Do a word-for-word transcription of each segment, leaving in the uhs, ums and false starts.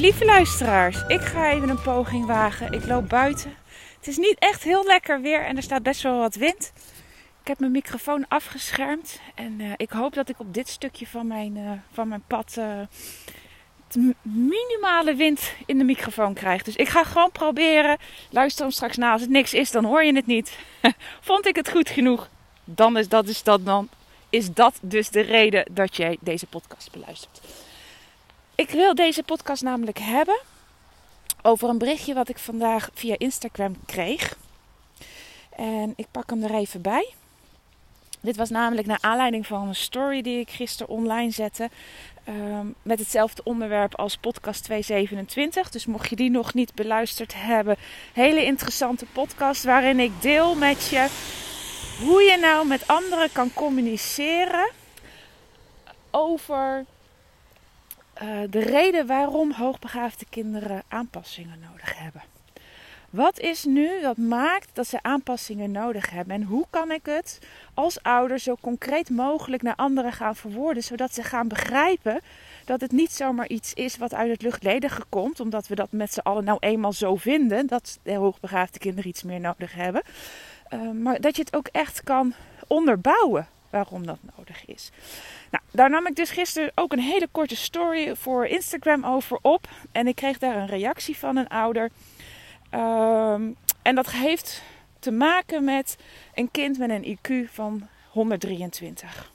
Lieve luisteraars, ik ga even een poging wagen. Ik loop buiten. Het is niet echt heel lekker weer en er staat best wel wat wind. Ik heb mijn microfoon afgeschermd en uh, ik hoop dat ik op dit stukje van mijn, uh, van mijn pad uh, de minimale wind in de microfoon krijg. Dus ik ga gewoon proberen. Luister hem straks na. Als het niks is, dan hoor je het niet. Vond ik het goed genoeg? Dan is dat, is dat, dan is dat dus de reden dat jij deze podcast beluistert. Ik wil deze podcast namelijk hebben over een berichtje wat ik vandaag via Instagram kreeg. En ik pak hem er even bij. Dit was namelijk naar aanleiding van een story die ik gisteren online zette. Um, met hetzelfde onderwerp als podcast tweehonderdzevenentwintig. Dus mocht je die nog niet beluisterd hebben. Hele interessante podcast waarin ik deel met je hoe je nou met anderen kan communiceren over uh, de reden waarom hoogbegaafde kinderen aanpassingen nodig hebben. Wat is nu dat maakt dat ze aanpassingen nodig hebben? En hoe kan ik het als ouder zo concreet mogelijk naar anderen gaan verwoorden, zodat ze gaan begrijpen dat het niet zomaar iets is wat uit het luchtledige komt, omdat we dat met z'n allen nou eenmaal zo vinden, dat de hoogbegaafde kinderen iets meer nodig hebben. Uh, maar dat je het ook echt kan onderbouwen waarom dat nodig is. Nou, daar nam ik dus gisteren ook een hele korte story voor Instagram over op. En ik kreeg daar een reactie van een ouder. Um, en dat heeft te maken met een kind met een I Q van honderddrieëntwintig.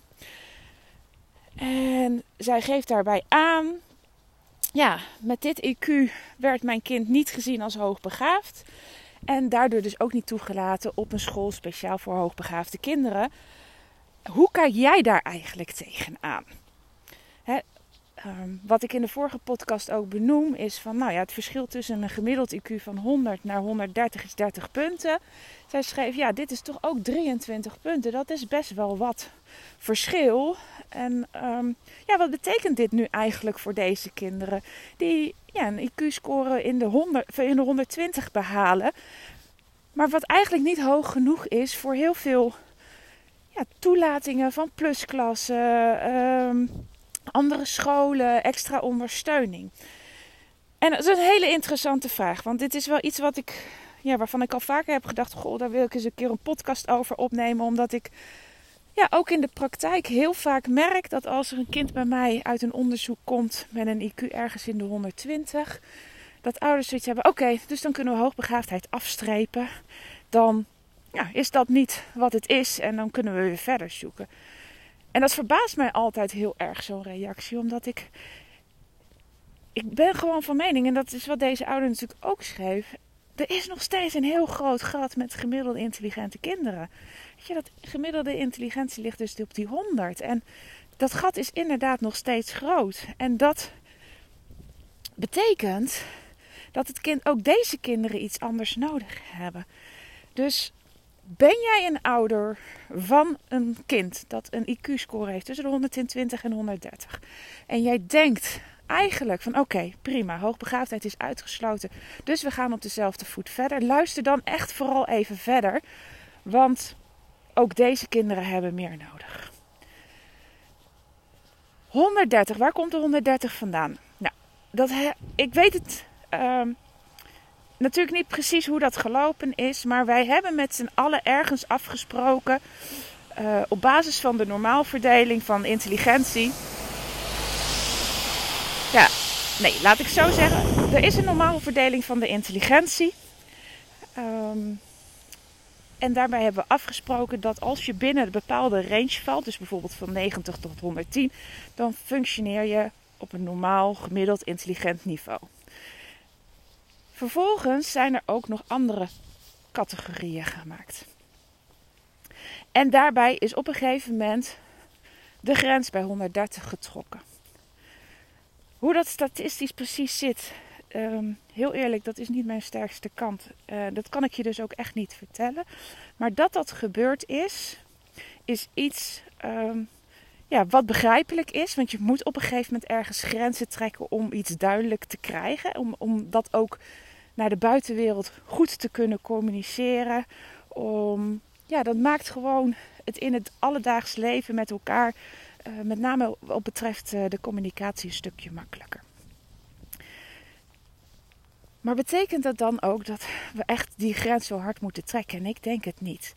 En zij geeft daarbij aan, ja, met dit I Q werd mijn kind niet gezien als hoogbegaafd. En daardoor dus ook niet toegelaten op een school speciaal voor hoogbegaafde kinderen. Hoe kijk jij daar eigenlijk tegenaan? Hè? Um, wat ik in de vorige podcast ook benoem is van, nou ja, het verschil tussen een gemiddeld I Q van honderd naar honderddertig is dertig punten. Zij schreef, ja, dit is toch ook drieëntwintig punten. Dat is best wel wat verschil. En um, ja, wat betekent dit nu eigenlijk voor deze kinderen die ja, een I Q-score in de, honderd, in de honderdtwintig behalen, maar wat eigenlijk niet hoog genoeg is voor heel veel ja, toelatingen van plusklassen, um, andere scholen, extra ondersteuning. En dat is een hele interessante vraag. Want dit is wel iets wat ik, ja, waarvan ik al vaker heb gedacht, goh, daar wil ik eens een keer een podcast over opnemen. Omdat ik ja, ook in de praktijk heel vaak merk dat als er een kind bij mij uit een onderzoek komt met een I Q ergens in de honderdtwintig. Dat ouders zoiets hebben, oké, okay, dus dan kunnen we hoogbegaafdheid afstrepen. Dan ja, is dat niet wat het is en dan kunnen we weer verder zoeken. En dat verbaast mij altijd heel erg, zo'n reactie. Omdat ik... Ik ben gewoon van mening, en dat is wat deze ouder natuurlijk ook schreef. Er is nog steeds een heel groot gat met gemiddelde intelligente kinderen. Weet je, dat gemiddelde intelligentie ligt dus op die honderd. En dat gat is inderdaad nog steeds groot. En dat betekent dat het kind, ook deze kinderen iets anders nodig hebben. Dus ben jij een ouder van een kind dat een I Q-score heeft tussen de honderdtwintig en honderddertig. En jij denkt eigenlijk van oké, okay, prima, hoogbegaafdheid is uitgesloten. Dus we gaan op dezelfde voet verder. Luister dan echt vooral even verder. Want ook deze kinderen hebben meer nodig. honderddertig, waar komt de honderddertig vandaan? Nou, dat he, ik weet het... Um, Natuurlijk niet precies hoe dat gelopen is, maar wij hebben met z'n allen ergens afgesproken uh, op basis van de normaalverdeling van intelligentie. Ja, nee, laat ik zo zeggen. Er is een normale verdeling van de intelligentie. Um, en daarbij hebben we afgesproken dat als je binnen een bepaalde range valt, dus bijvoorbeeld van negentig tot honderdtien, dan functioneer je op een normaal gemiddeld intelligent niveau. Vervolgens zijn er ook nog andere categorieën gemaakt. En daarbij is op een gegeven moment de grens bij honderddertig getrokken. Hoe dat statistisch precies zit, um, heel eerlijk, dat is niet mijn sterkste kant. Uh, dat kan ik je dus ook echt niet vertellen. Maar dat dat gebeurd is, is iets um, ja, wat begrijpelijk is. Want je moet op een gegeven moment ergens grenzen trekken om iets duidelijk te krijgen. Om, om dat ook naar de buitenwereld goed te kunnen communiceren. Om, ja, dat maakt gewoon het in het alledaags leven met elkaar, uh, met name wat betreft uh, de communicatie, een stukje makkelijker. Maar betekent dat dan ook dat we echt die grens zo hard moeten trekken? En ik denk het niet.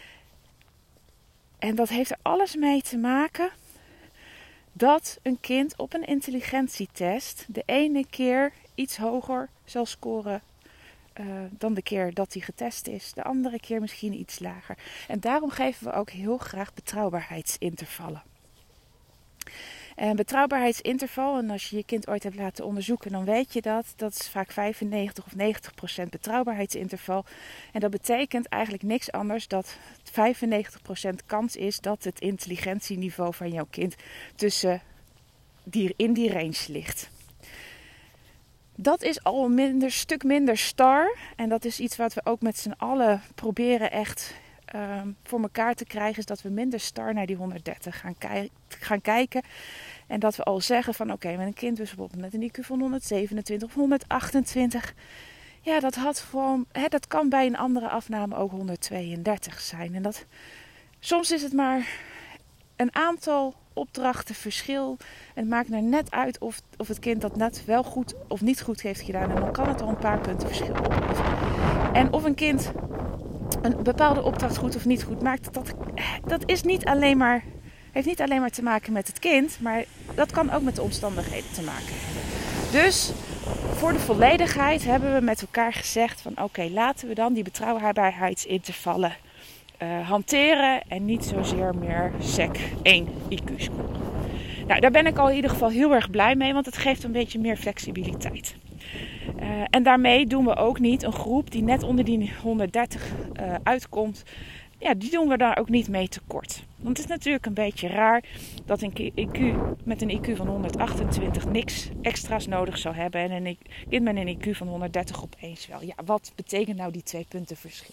En dat heeft er alles mee te maken dat een kind op een intelligentietest de ene keer iets hoger zal scoren uh, dan de keer dat hij getest is. De andere keer misschien iets lager. En daarom geven we ook heel graag betrouwbaarheidsintervallen. En betrouwbaarheidsinterval, en als je je kind ooit hebt laten onderzoeken, dan weet je dat. Dat is vaak vijfennegentig of negentig procent betrouwbaarheidsinterval. En dat betekent eigenlijk niks anders dat vijfennegentig procent kans is dat het intelligentieniveau van jouw kind tussen die, in die range ligt. Dat is al een minder, stuk minder star. En dat is iets wat we ook met z'n allen proberen echt uh, voor elkaar te krijgen. Is dat we minder star naar die honderddertig gaan, ki- gaan kijken. En dat we al zeggen van oké, okay, met een kind dus bijvoorbeeld met een I Q van honderdzevenentwintig of honderdachtentwintig. Ja, dat had gewoon, hè, dat kan bij een andere afname ook honderdtweeëndertig zijn. En dat, soms is het maar een aantal opdrachten verschil. En het maakt er net uit of, of het kind dat net wel goed of niet goed heeft gedaan. En dan kan het al een paar punten verschil opleveren. En of een kind een bepaalde opdracht goed of niet goed maakt, dat, dat is niet alleen maar, heeft niet alleen maar te maken met het kind, maar dat kan ook met de omstandigheden te maken hebben. Dus voor de volledigheid hebben we met elkaar gezegd van oké, okay, laten we dan die betrouwbaarheidsintervallen uh, hanteren en niet zozeer meer S E C één I Q scoren. Nou, daar ben ik al in ieder geval heel erg blij mee, want het geeft een beetje meer flexibiliteit. Uh, en daarmee doen we ook niet een groep die net onder die honderddertig uh, uitkomt. Ja, die doen we daar ook niet mee tekort. Want het is natuurlijk een beetje raar dat een I Q met een I Q van honderdachtentwintig niks extra's nodig zou hebben. En een kind met een I Q van honderddertig opeens wel. Ja, wat betekent nou die twee punten verschil?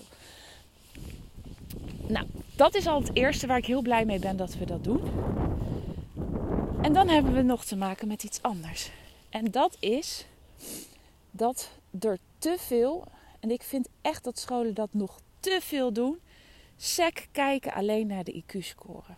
Nou, dat is al het eerste waar ik heel blij mee ben dat we dat doen. En dan hebben we nog te maken met iets anders. En dat is dat er te veel, en ik vind echt dat scholen dat nog te veel doen, S E C kijken alleen naar de I Q-score.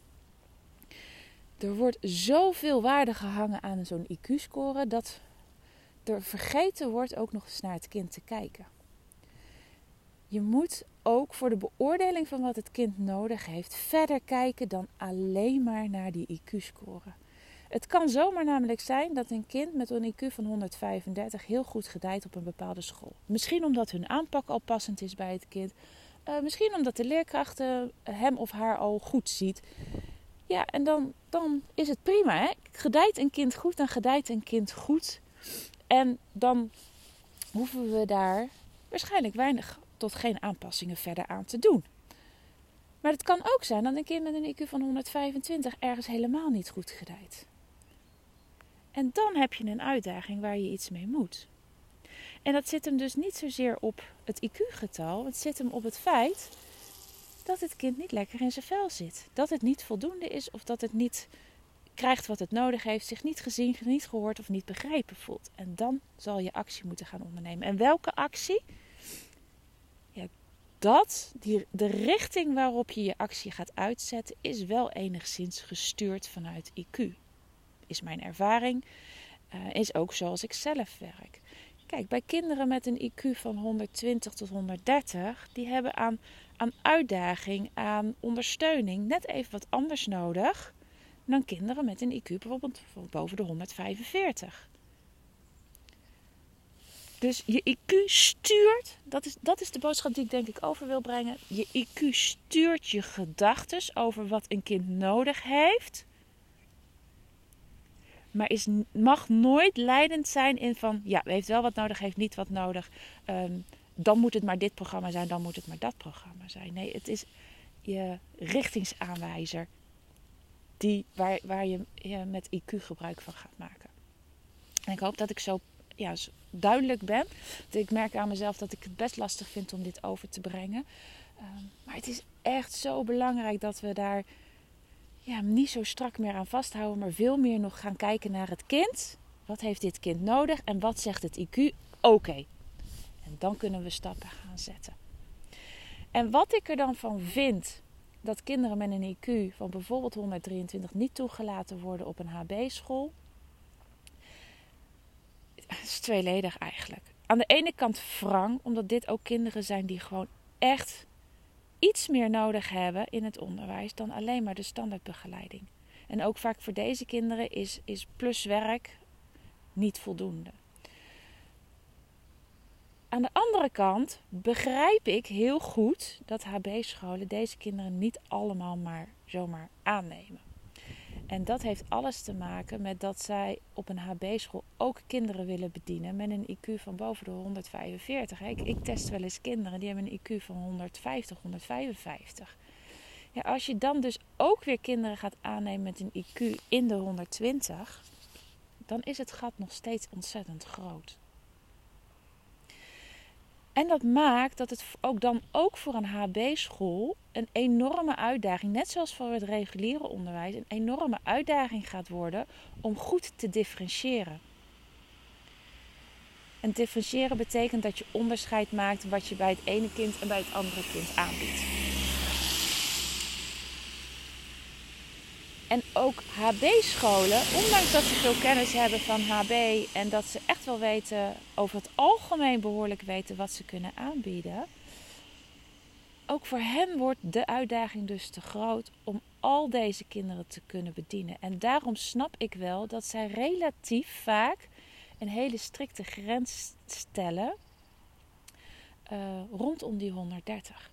Er wordt zoveel waarde gehangen aan zo'n I Q-score dat er vergeten wordt ook nog eens naar het kind te kijken. Je moet ook voor de beoordeling van wat het kind nodig heeft verder kijken dan alleen maar naar die I Q-score. Het kan zomaar namelijk zijn dat een kind met een I Q van honderdvijfendertig heel goed gedijt op een bepaalde school. Misschien omdat hun aanpak al passend is bij het kind. Uh, misschien omdat de leerkracht uh, hem of haar al goed ziet. Ja, en dan, dan is het prima. Hè? Gedijt een kind goed, dan gedijt een kind goed. En dan hoeven we daar waarschijnlijk weinig tot geen aanpassingen verder aan te doen. Maar het kan ook zijn dat een kind met een I Q van honderdvijfentwintig ergens helemaal niet goed gedijt. En dan heb je een uitdaging waar je iets mee moet. En dat zit hem dus niet zozeer op het I Q-getal. Het zit hem op het feit dat het kind niet lekker in zijn vel zit. Dat het niet voldoende is of dat het niet krijgt wat het nodig heeft. Zich niet gezien, niet gehoord of niet begrepen voelt. En dan zal je actie moeten gaan ondernemen. En welke actie? Ja, dat, die, de richting waarop je je actie gaat uitzetten is wel enigszins gestuurd vanuit I Q. Is mijn ervaring. Uh, is ook zoals ik zelf werk. Kijk, bij kinderen met een I Q van honderdtwintig tot honderddertig, die hebben aan, aan uitdaging, aan ondersteuning net even wat anders nodig dan kinderen met een I Q bijvoorbeeld boven de honderdvijfenveertig. Dus je I Q stuurt, dat is, dat is de boodschap die ik denk ik over wil brengen. Je I Q stuurt je gedachtes over wat een kind nodig heeft. Maar is, mag nooit leidend zijn in van, ja, heeft wel wat nodig, heeft niet wat nodig. Um, dan moet het maar dit programma zijn, dan moet het maar dat programma zijn. Nee, het is je richtingsaanwijzer die, waar, waar je, je met I Q gebruik van gaat maken. En ik hoop dat ik zo, ja, zo duidelijk ben. Ik merk aan mezelf dat ik het best lastig vind om dit over te brengen. Um, maar het is echt zo belangrijk dat we daar ja, niet zo strak meer aan vasthouden, maar veel meer nog gaan kijken naar het kind. Wat heeft dit kind nodig en wat zegt het I Q? Oké. Okay. En dan kunnen we stappen gaan zetten. En wat ik er dan van vind dat kinderen met een I Q van bijvoorbeeld honderddrieëntwintig niet toegelaten worden op een H B-school, is tweeledig eigenlijk. aan de ene kant wrang, omdat dit ook kinderen zijn die gewoon echt iets meer nodig hebben in het onderwijs dan alleen maar de standaardbegeleiding. En ook vaak voor deze kinderen is, is pluswerk niet voldoende. Aan de andere kant begrijp ik heel goed dat H B-scholen deze kinderen niet allemaal maar zomaar aannemen. En dat heeft alles te maken met dat zij op een H B-school ook kinderen willen bedienen met een I Q van boven de honderdvijfenveertig. Ik, ik test wel eens kinderen die hebben een I Q van honderdvijftig, honderdvijfenvijftig. Ja, als je dan dus ook weer kinderen gaat aannemen met een I Q in de honderdtwintig, dan is het gat nog steeds ontzettend groot. En dat maakt dat het ook dan ook voor een H B-school een enorme uitdaging, net zoals voor het reguliere onderwijs, een enorme uitdaging gaat worden om goed te differentiëren. En differentiëren betekent dat je onderscheid maakt wat je bij het ene kind en bij het andere kind aanbiedt. En ook H B-scholen, ondanks dat ze veel kennis hebben van H B en dat ze echt wel weten, over het algemeen behoorlijk weten wat ze kunnen aanbieden. Ook voor hen wordt de uitdaging dus te groot om al deze kinderen te kunnen bedienen. En daarom snap ik wel dat zij relatief vaak een hele strikte grens stellen uh, rondom die honderddertig.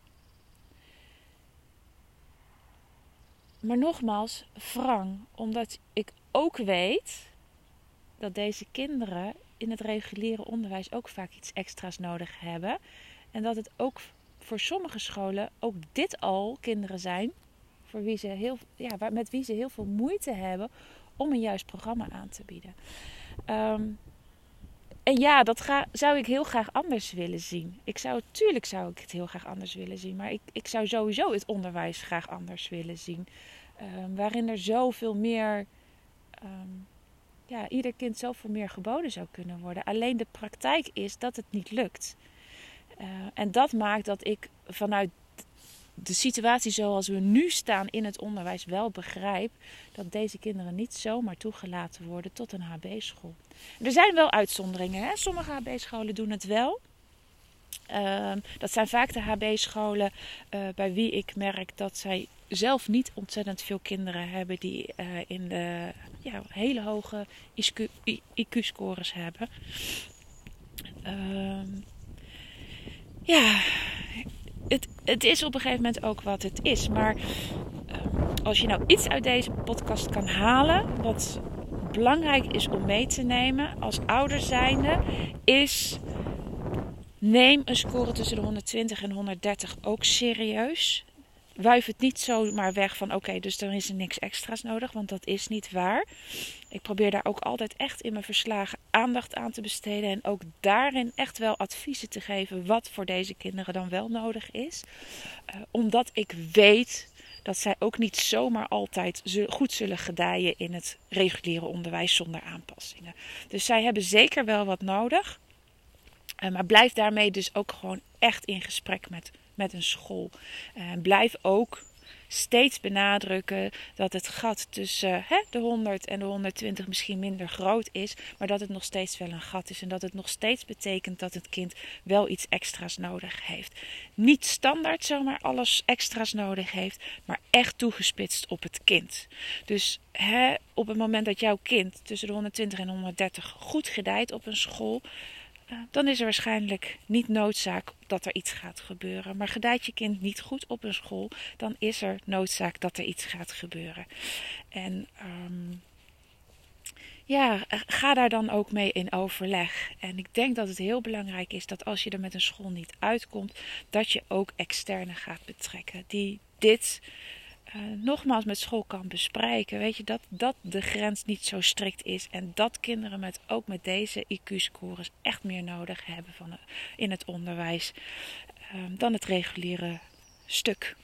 Maar nogmaals, wrang, omdat ik ook weet dat deze kinderen in het reguliere onderwijs ook vaak iets extra's nodig hebben. En dat het ook voor sommige scholen ook dit al kinderen zijn voor wie ze heel, ja, met wie ze heel veel moeite hebben om een juist programma aan te bieden. Um, en ja, dat ga, zou ik heel graag anders willen zien. Ik zou, tuurlijk zou ik het heel graag anders willen zien. Maar ik, ik zou sowieso het onderwijs graag anders willen zien. Um, waarin er zoveel meer, um, ja, ieder kind zoveel meer geboden zou kunnen worden. Alleen de praktijk is dat het niet lukt. Uh, en dat maakt dat ik vanuit de situatie zoals we nu staan in het onderwijs wel begrijp dat deze kinderen niet zomaar toegelaten worden tot een H B-school. Er zijn wel uitzonderingen. Hè? Sommige H B-scholen doen het wel. Uh, dat zijn vaak de H B-scholen uh, bij wie ik merk dat zij zelf niet ontzettend veel kinderen hebben die uh, in de ja, hele hoge I Q-scores hebben. Uh, ja, het, het is op een gegeven moment ook wat het is. Maar uh, als je nou iets uit deze podcast kan halen, wat belangrijk is om mee te nemen als ouder zijnde, is: neem een score tussen de honderdtwintig en honderddertig ook serieus. Wuif het niet zomaar weg van oké, okay, dus dan is er niks extra's nodig, want dat is niet waar. Ik probeer daar ook altijd echt in mijn verslagen aandacht aan te besteden en ook daarin echt wel adviezen te geven wat voor deze kinderen dan wel nodig is. Uh, omdat ik weet dat zij ook niet zomaar altijd goed zullen gedijen in het reguliere onderwijs zonder aanpassingen. Dus zij hebben zeker wel wat nodig. Uh, maar blijf daarmee dus ook gewoon echt in gesprek met, met een school. En uh, blijf ook steeds benadrukken dat het gat tussen uh, hè, de honderd en de honderdtwintig misschien minder groot is. Maar dat het nog steeds wel een gat is. En dat het nog steeds betekent dat het kind wel iets extra's nodig heeft. Niet standaard zomaar alles extra's nodig heeft. Maar echt toegespitst op het kind. Dus hè, op het moment dat jouw kind tussen de honderdtwintig en honderddertig goed gedijt op een school, dan is er waarschijnlijk niet noodzaak dat er iets gaat gebeuren. Maar gedijt je kind niet goed op een school, dan is er noodzaak dat er iets gaat gebeuren. En um, ja, ga daar dan ook mee in overleg. En ik denk dat het heel belangrijk is dat als je er met een school niet uitkomt, dat je ook externe gaat betrekken. Die dit Uh, nogmaals met school kan bespreken. Weet je, dat, dat de grens niet zo strikt is. En dat kinderen met, ook met deze I Q-scores echt meer nodig hebben van, uh, in het onderwijs. Uh, dan het reguliere stuk.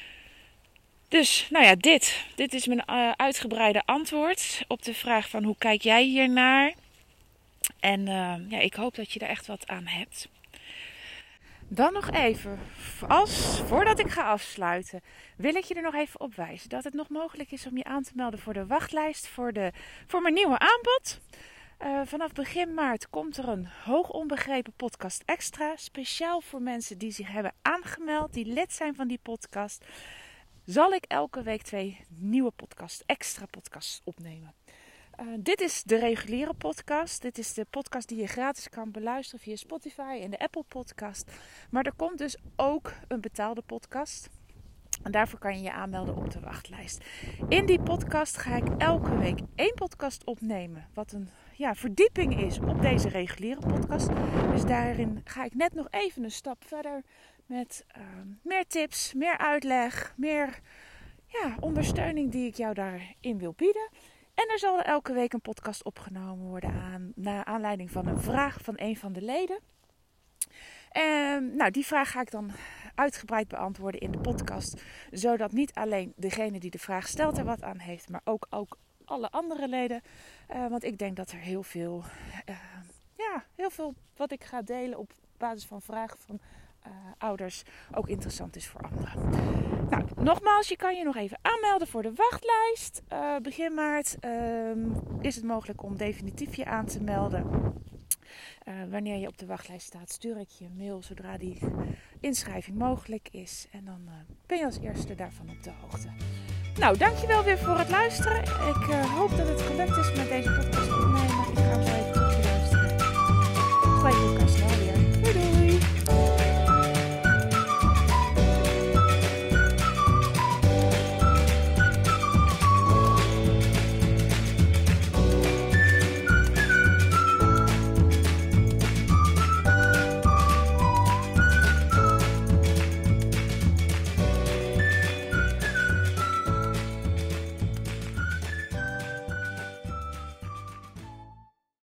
Dus, nou ja, dit. Dit is mijn uh, uitgebreide antwoord op de vraag van hoe kijk jij hiernaar? En uh, ja, ik hoop dat je er echt wat aan hebt. Dan nog even, als, voordat ik ga afsluiten, wil ik je er nog even op wijzen dat het nog mogelijk is om je aan te melden voor de wachtlijst voor, de, voor mijn nieuwe aanbod. Uh, vanaf begin maart komt er een hoog onbegrepen podcast extra. Speciaal voor mensen die zich hebben aangemeld, die lid zijn van die podcast. Zal ik elke week twee nieuwe podcasts, extra podcasts opnemen. Uh, dit is de reguliere podcast. Dit is de podcast die je gratis kan beluisteren via Spotify en de Apple Podcast. Maar er komt dus ook een betaalde podcast. En daarvoor kan je je aanmelden op de wachtlijst. In die podcast ga ik elke week één podcast opnemen. Wat een ja, verdieping is op deze reguliere podcast. Dus daarin ga ik net nog even een stap verder. Met uh, meer tips, meer uitleg, meer ja, ondersteuning die ik jou daarin wil bieden. En er zal elke week een podcast opgenomen worden aan, naar aanleiding van een vraag van een van de leden. En nou, die vraag ga ik dan uitgebreid beantwoorden in de podcast. Zodat niet alleen degene die de vraag stelt er wat aan heeft, maar ook, ook alle andere leden. Uh, want ik denk dat er heel veel, uh, ja, heel veel wat ik ga delen op basis van vragen van uh, ouders ook interessant is voor anderen. Nou, nogmaals, je kan je nog even aanmelden voor de wachtlijst. Uh, begin maart uh, is het mogelijk om definitief je aan te melden. Uh, wanneer je op de wachtlijst staat, stuur ik je een mail zodra die inschrijving mogelijk is. En dan uh, ben je als eerste daarvan op de hoogte. Nou, dankjewel weer voor het luisteren. Ik uh, hoop dat het gelukt is met deze podcast